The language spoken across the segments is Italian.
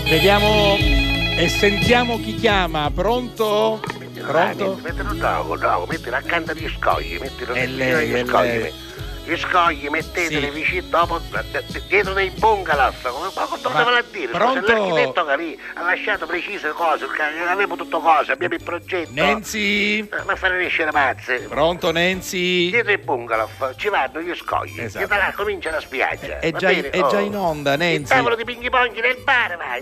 Vediamo e sentiamo chi chiama. Pronto? Pronto? Mettilo dopo, mettilo accanto agli scogli, mettilo È lei. Gli scogli metteteli Sì. vicino dopo dietro dei bungalow, ma dovevano a dire, pronto? scusa, l'architetto che lì ha lasciato precise cose, perché avevo tutto cose, abbiamo il progetto. Nancy? Ma fare nascere pazze. Pronto Nancy? Dietro i bungalow ci vanno gli scogli, Esatto. e da là comincia la spiaggia. È va già, bene? è già in onda, Il Nancy. tavolo di ping pong nel bar, vai.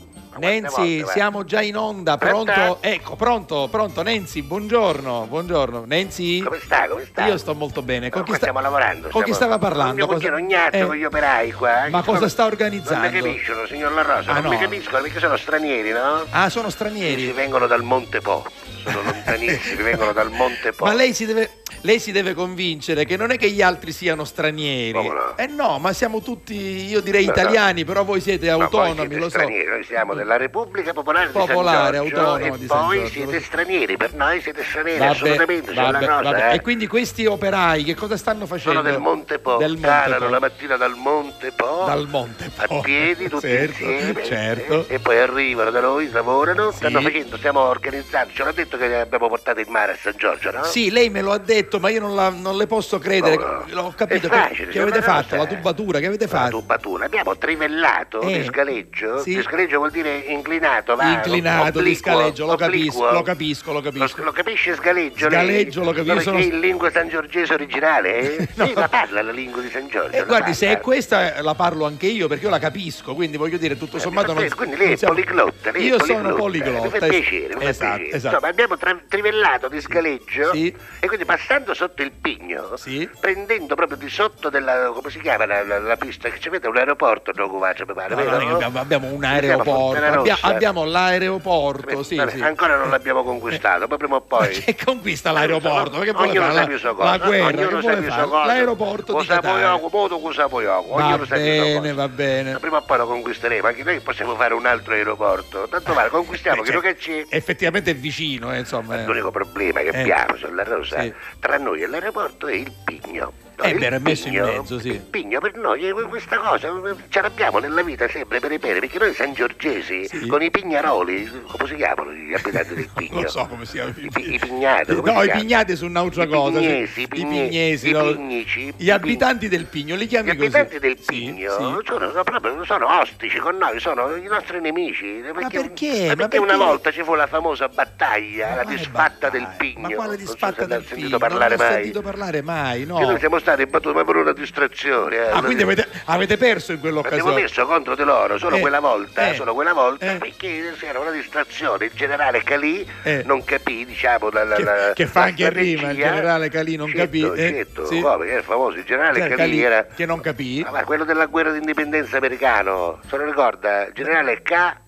Nancy, siamo già in onda, pronto? Pronto? Ecco, pronto, Nancy, buongiorno. Nancy? Come sta? Io sto molto bene. Con chi stiamo lavorando. Con chi stava parlando? Mio cugino Ignazio con gli operai qua. Ma cosa sta Non organizzando? ne capiscono, signor La Rosa, Ah, non mi no. capiscono perché sono stranieri, no? Ah, sono Sì, stranieri. vengono dal Monte Po, sono lontanissimi, vengono dal Monte Po. Ma lei si deve convincere che non è che gli altri siano stranieri. Come no? No, ma siamo tutti, io direi No, no. italiani, però voi siete Ma voi autonomi, siete lo so. stranieri, noi siamo della Repubblica Popolare Popolare, di San Giorgio autonoma e di San poi Giorgio. siete stranieri, per noi siete stranieri, Vabbè, assolutamente, signor La Rosa, vabbè. E quindi questi operai che cosa stanno facendo? Sono del Monte Po, Del Monte calano Po. la mattina dal Monte Po, Dal Monte Po. a piedi tutti Certo, insieme, certo. e poi arrivano da noi, lavorano, Sì. stiamo organizzando, ce l'ha detto che abbiamo portato il mare a San Giorgio, no? Sì, lei me lo ha detto, ma io non le posso credere. No, no. L'ho capito. È facile, che avete signor La fatto? Rosa. La tubatura, che avete La fatto? tubatura, abbiamo trivellato di scaleggio, sì. di scaleggio vuol dire inclinato, va? Inclinato di Obliquo, scaleggio, lo obliquo. capisco. Lo capisce scaleggio? lei? Scaleggio lo capisco, Ma sono- perché in lingua sangiorgese originale? No. Sì, la parla la lingua di San Giorgio. la Guardi, se è parla. questa la parlo anche io perché io la capisco, quindi voglio dire, tutto sommato non. Quindi lei non è siamo- poliglotta, lei è Io sono poliglotta. Mi fa piacere, mi fa Esatto, piacere. esatto. Insomma, abbiamo trivellato di scaleggio Sì. e quindi passando sotto il pigno, Sì. prendendo proprio di sotto della, come si chiama la pista che ci vede, un aeroporto, no, mi pare, No, vero? abbiamo un Si chiama aeroporto, Fontana Rossa. abbiamo l'aeroporto, sì, Vabbè, sì. ancora non l'abbiamo conquistato, poi prima o poi. Che conquista l'aeroporto? Ma che vuole Ognuno fare? sa più sua cosa, La guerra, ognuno che sa vuole più fare? sua cosa. L'aeroporto di Cosa Catania. voglio, cosa voglio, Va ognuno sa più sua bene, cosa. va bene. Prima o poi lo conquisteremo, anche noi possiamo fare un altro aeroporto. Tanto vale, conquistiamo, Cioè, che c'è. effettivamente è vicino, insomma. L'unico problema che abbiamo sulla Rosa, Sì. tra noi e l'aeroporto, è il pigno. È Il vero, è messo in pigno- mezzo, sì. Il pigno per noi è questa cosa, ce l'abbiamo nella vita sempre per ripetere, perché noi sangiorgesi, Sì. con i pignaroli, come si chiamano gli abitanti del pigno? Non lo so come si chiama. I pignati, come No, si i chiama? pignati sono un'altra I cosa. sì. pignesi, I pignesi, i no? pignici, Gli abitanti del Pigno, li chiami Gli così? abitanti del Sì, Pigno sì. sono ostici con noi, sono i nostri nemici. perché? Ma Ma perché una perché? volta ci fu la famosa battaglia, la quale disfatta battaglia? del Pigno. Ma quale Non so disfatta se ne ha del sentito Pigno? parlare Non ho mai. sentito parlare mai, no. Che noi siamo stati battuti ma per una distrazione. Ah, quindi avete perso in Abbiamo quell'occasione. messo contro di loro solo quella volta, eh. perché c'era una distrazione. Il generale Calì Eh. non capì, diciamo, Che fa la anche rima, il strategia. generale Calì non capì. Certo, Sì. come, era famoso, il generale Cioè, Calì era... che non capì. Ah, ma quello della guerra d'indipendenza americano, se lo ricorda? Generale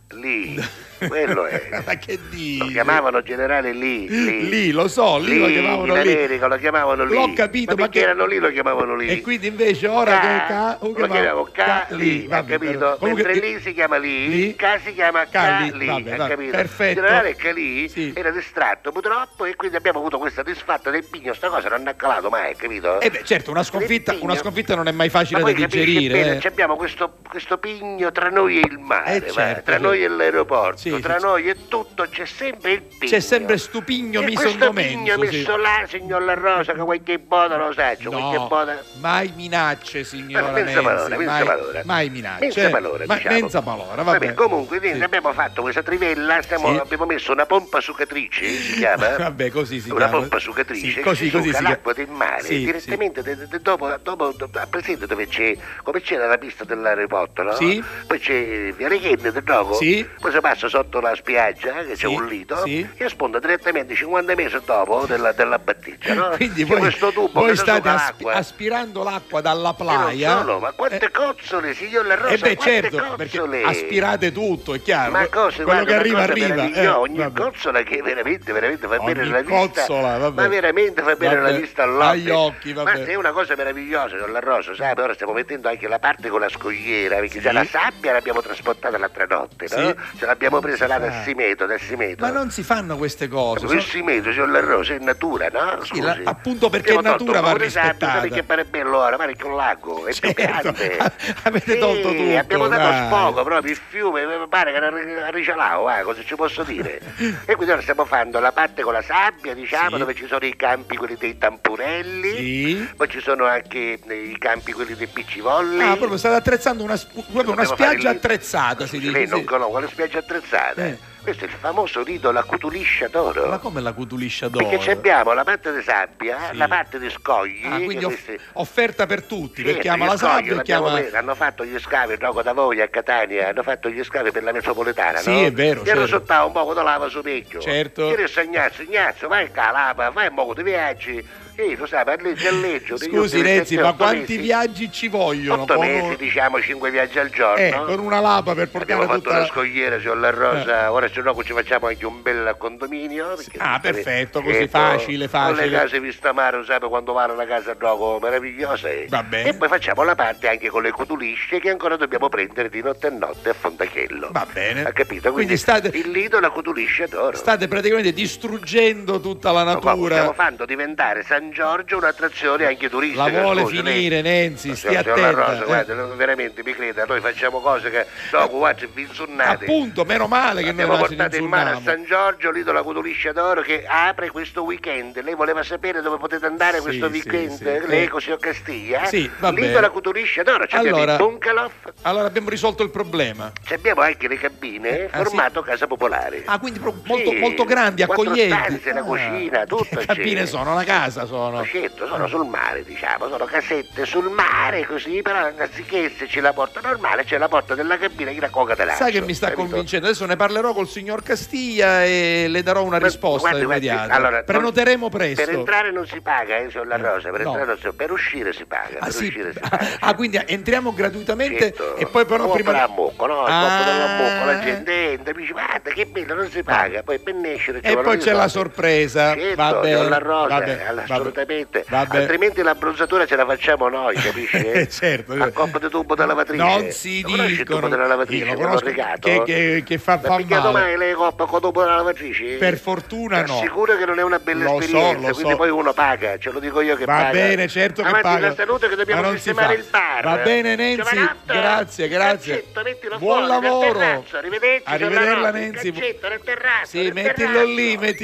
Calì. Quello è. Ma che dici? Lo chiamavano generale lì. Lo so, lì lo chiamavano in lì. America lo chiamavano lì. L'ho capito, ma perché che erano lì lo chiamavano lì. E quindi invece ora lo chiamavo lì, ha vabbè, capito? comunque, Mentre lì si chiama lì, Ca si chiama Calì, Calì, vabbè, ha vabbè, capito? perfetto. Il generale Calì Sì. era distratto purtroppo e quindi abbiamo avuto questa disfatta del Pigno, sta cosa non ha calato mai, capito? Beh, certo, una sconfitta non è mai facile Ma da poi capisci digerire. bene, abbiamo questo Pigno tra noi e il mare, va, certo, tra sì. noi e l'aeroporto, Sì, tra sì. noi e tutto c'è sempre il Pigno. C'è sempre sto Pigno e miso questo in Pigno mezzo, sì. messo là, signor La Rosa, che qualche boda lo sa, qualche No, boda... mai minacce, signora Menza Nenzi, palora. mai minacce. Menza palora, diciamo. Menza palora, Vabbè, vabbè. comunque Sì. abbiamo fatto questa trivella, Sì. abbiamo messo una pompa succatrice, si chiama? Vabbè, così si una chiama. pompa succatrice Sì, che così si succa si l'acqua chiama. del mare Sì, direttamente dopo a presente dove c'è, come c'era la pista dell'aeroporto, no? Sì. Poi c'è Via Reghenna del dopo, Sì. poi si passa sotto la spiaggia che Sì, c'è un lido sì. e sponda direttamente 50 mesi dopo della battigia, no? Quindi C'è questo tubo voi che state succa l'acqua. aspirando l'acqua dalla E non playa. solo, ma quante cozzole, signor La Rosa, beh, quante certo, perché cozzole. aspirate tutto, è chiaro. Ma cosa, quello guarda, che arriva una cosa arriva. meravigliosa, ogni vabbè. cozzola che veramente fa bene Ogni la vista, cozzola, vabbè. ma veramente fa bene Vabbè, la vista all'occhio. agli occhi, vabbè. Ma è una cosa meravigliosa, signor La Rosa, sai, ora stiamo mettendo anche la parte con la scogliera, perché Sì. già la sabbia l'abbiamo trasportata l'altra notte, no? no? Ce l'abbiamo presa là dal Simeto. Ma non si fanno queste cose. Il Simeto, c'è l'arroso, è natura, no? Sì, appunto perché è natura va rispettata. Che pare bello ora, ma è che un lago, è più grande. Avete tolto tutto. Abbiamo dato sfogo proprio, il fiume, mi pare che era riccialato, cosa ci posso dire? E quindi ora stiamo facendo la parte con la sabbia, diciamo, dove ci sono i campi quelli dei tampurelli, poi ci sono anche i campi quelli dei piccivolli. Ah, proprio state attrezzando una spiaggia attrezzata, si dice. Lei non conosce quale spiaggia attrezzata? Questo è il famoso rito la cutuliscia d'oro. Ma come la cutuliscia d'oro? Perché abbiamo la parte di sabbia, la parte di scogli. Quindi offerta per tutti, per chi ama la sabbia, hanno fatto gli scavi, no, da voi a Catania, hanno fatto gli scavi per la metropolitana, sì, no? È vero, e hanno sottato un po' di lava su pecchio. Certo. E adesso Ignazio, vai a lava, fai un po' di viaggi. Lo sai, parleggia. Scusi Renzi, ma quanti viaggi ci vogliono? 8 mesi, diciamo 5 viaggi al giorno. Con una lapa per portare abbiamo tutta fatto una scogliera sulla rosa, ora se no ci facciamo anche un bel condominio. Perfetto, così facile. Con le case vista mare, sai, quando vanno una casa gioco meravigliosa. Va bene. E poi facciamo la parte anche con le cutulisce che ancora dobbiamo prendere di notte a notte a Fondachello. Va bene. Ha capito? Quindi il lido e la cutuliscia d'oro. State praticamente distruggendo tutta la natura. Stiamo facendo diventare San Giorgio un'attrazione anche turistica. La vuole finire, Nenzi, stia attenta. Rosa, guarda, veramente mi creda, noi facciamo cose che dopo guarda vi insunnate. Appunto, meno male che abbiamo noi portato in mano a San Giorgio l'isola Cutuliscia d'Oro che apre questo weekend. Lei voleva sapere dove potete andare questo weekend? Lei così a Castiglia? Sì, va bene. L'isola Cutuliscia d'Oro, abbiamo il bungalow. Allora abbiamo risolto il problema. Abbiamo anche le cabine formato casa popolare. Quindi molto grandi, accoglienti. 4 stanze, la cucina, tutto. Le cabine sono, una casa sono. Certo, sono sul mare, diciamo, sono casette sul mare così, però anziché esserci la porta normale c'è la porta della cabina che la coca dell'acqua. Sai che mi sta convincendo? Adesso ne parlerò col signor Castiglia e le darò una risposta immediata. Allora, prenoteremo presto. Per entrare non si paga, sulla rosa, per uscire si paga. Quindi entriamo gratuitamente, certo. E poi però prima la mucca, no? Il coppo della mucca, la gente entra, mi dice guarda che bello, non si paga, poi per escere e poi c'è la sorpresa. Certo, va bene, la rosa, assolutamente. Altrimenti la bronzatura ce la facciamo noi, capisci? Certo. A coppa di tubo da lavatrice. Non si dicono. Il tubo della lavatrice, che fa male. Ma mai le coppe con tubo della lavatrice? Per fortuna no. Sicuro che non è una bella esperienza, quindi poi uno paga, ce lo dico io che paga. Va bene, certo che paga. La salute che dobbiamo sistemare il bar. Va bene Nenzi, grazie. Buon lavoro. Arrivederci. Arrivederla Nenzi. Sì, mettilo lì,